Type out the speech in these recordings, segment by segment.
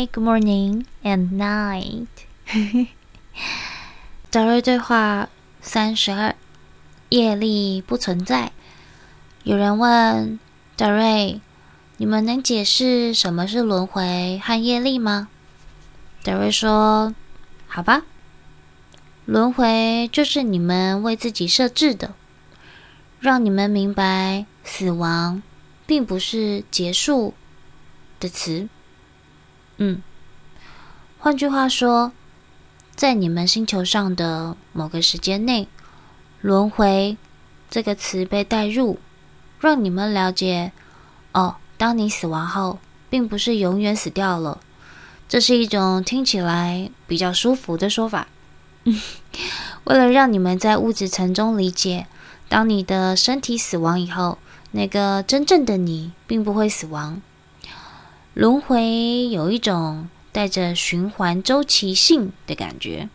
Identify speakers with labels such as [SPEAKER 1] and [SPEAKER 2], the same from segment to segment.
[SPEAKER 1] Hi, good morning and night 早日对话32，业力不存在。有人问德瑞，你们能解释什么是轮回和业力吗？德瑞说，好吧，轮回就是你们为自己设置的，让你们明白死亡并不是结束的词。换句话说，在你们星球上的某个时间内，轮回这个词被带入，让你们了解，当你死亡后，并不是永远死掉了。这是一种听起来比较舒服的说法。为了让你们在物质层中理解，当你的身体死亡以后，那个真正的你并不会死亡。轮回有一种带着循环周期性的感觉。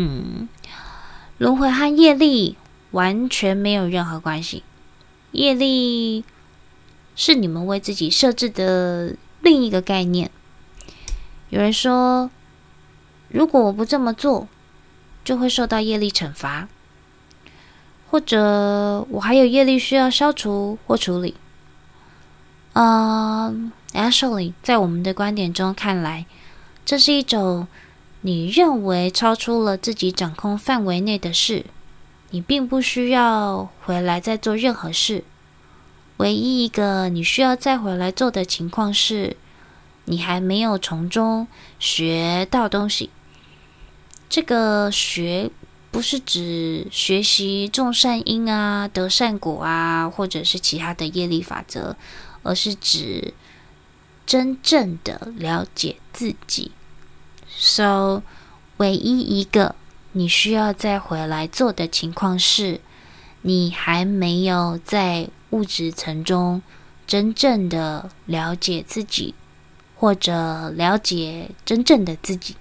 [SPEAKER 1] 轮回和业力完全没有任何关系。业力是你们为自己设置的另一个概念。有人说，如果我不这么做，就会受到业力惩罚，或者我还有业力需要消除或处理。Actually， 在我们的观点中看来，这是一种你认为超出了自己掌控范围内的事，你并不需要回来再做任何事。唯一一个你需要再回来做的情况是，你还没有从中学到东西。这个学不是指学习种善因啊、得善果啊，或者是其他的业力法则，而是指真正的了解自己。So， 唯一一个你需要再回来做的情况是，你还没有在物质层中真正的了解自己，或者了解真正的自己。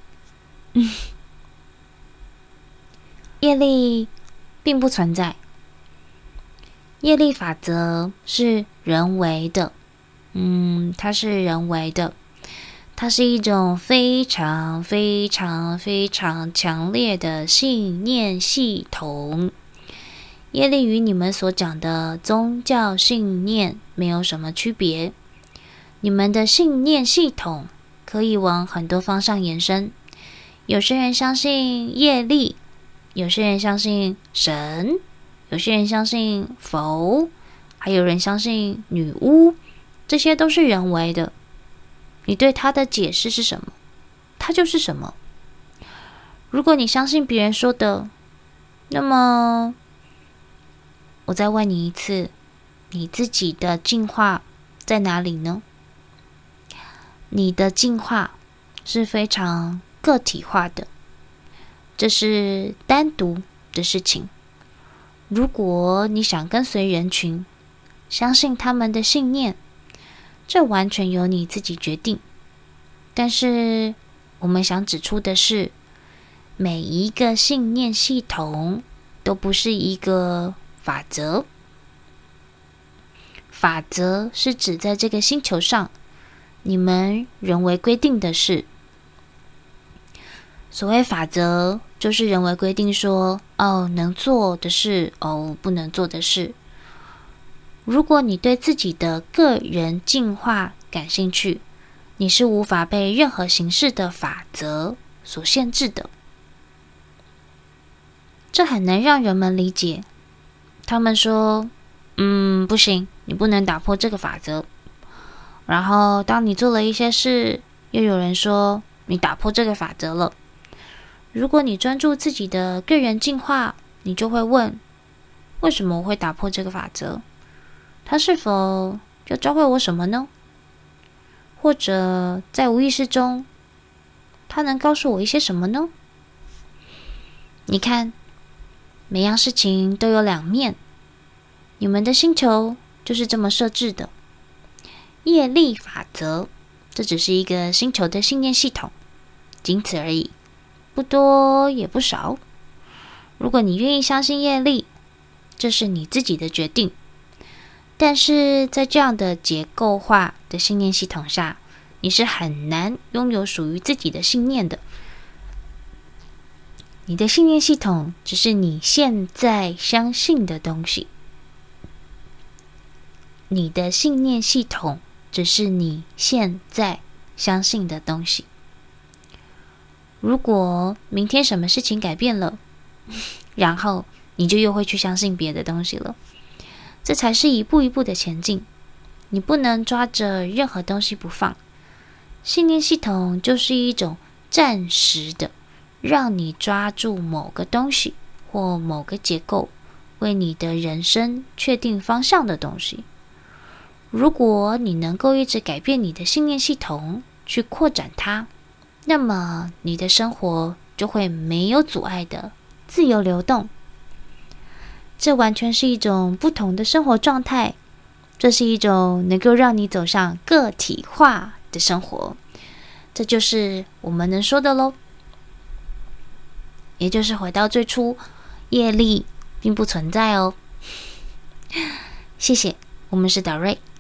[SPEAKER 1] 业力并不存在，业力法则是人为的。它是人为的，它是一种非常非常非常强烈的信念系统。业力与你们所讲的宗教信念没有什么区别。你们的信念系统可以往很多方向延伸。有些人相信业力，有些人相信神，有些人相信佛，还有人相信女巫，这些都是人为的。你对它的解释是什么，它就是什么。如果你相信别人说的，那么我再问你一次，你自己的进化在哪里呢？你的进化是非常个体化的，这是单独的事情。如果你想跟随人群，相信他们的信念，这完全由你自己决定。但是我们想指出的是，每一个信念系统都不是一个法则。法则是指在这个星球上你们人为规定的事。所谓法则，就是人为规定说，能做的事，不能做的事。如果你对自己的个人进化感兴趣，你是无法被任何形式的法则所限制的。这很难让人们理解。他们说，不行，你不能打破这个法则。然后当你做了一些事，又有人说你打破这个法则了。如果你专注自己的个人进化，你就会问，为什么我会打破这个法则？它是否就教会我什么呢？或者在无意识中，它能告诉我一些什么呢？你看，每样事情都有两面。你们的星球就是这么设置的。业力法则，这只是一个星球的信念系统，仅此而已，不多也不少。如果你愿意相信业力，这是你自己的决定。但是在这样的结构化的信念系统下， 你是很难拥有属于自己的信念的。你的信念系统只是你现在相信的东西。你的信念系统只是你现在相信的东西。如果明天什么事情改变了，然后你就又会去相信别的东西了。这才是一步一步的前进。你不能抓着任何东西不放。信念系统就是一种暂时的，让你抓住某个东西或某个结构，为你的人生确定方向的东西。如果你能够一直改变你的信念系统，去扩展它，那么你的生活就会没有阻碍的自由流动。这完全是一种不同的生活状态，这是一种能够让你走上个体化的生活。这就是我们能说的咯。也就是回到最初，业力并不存在哦。谢谢，我们是导瑞。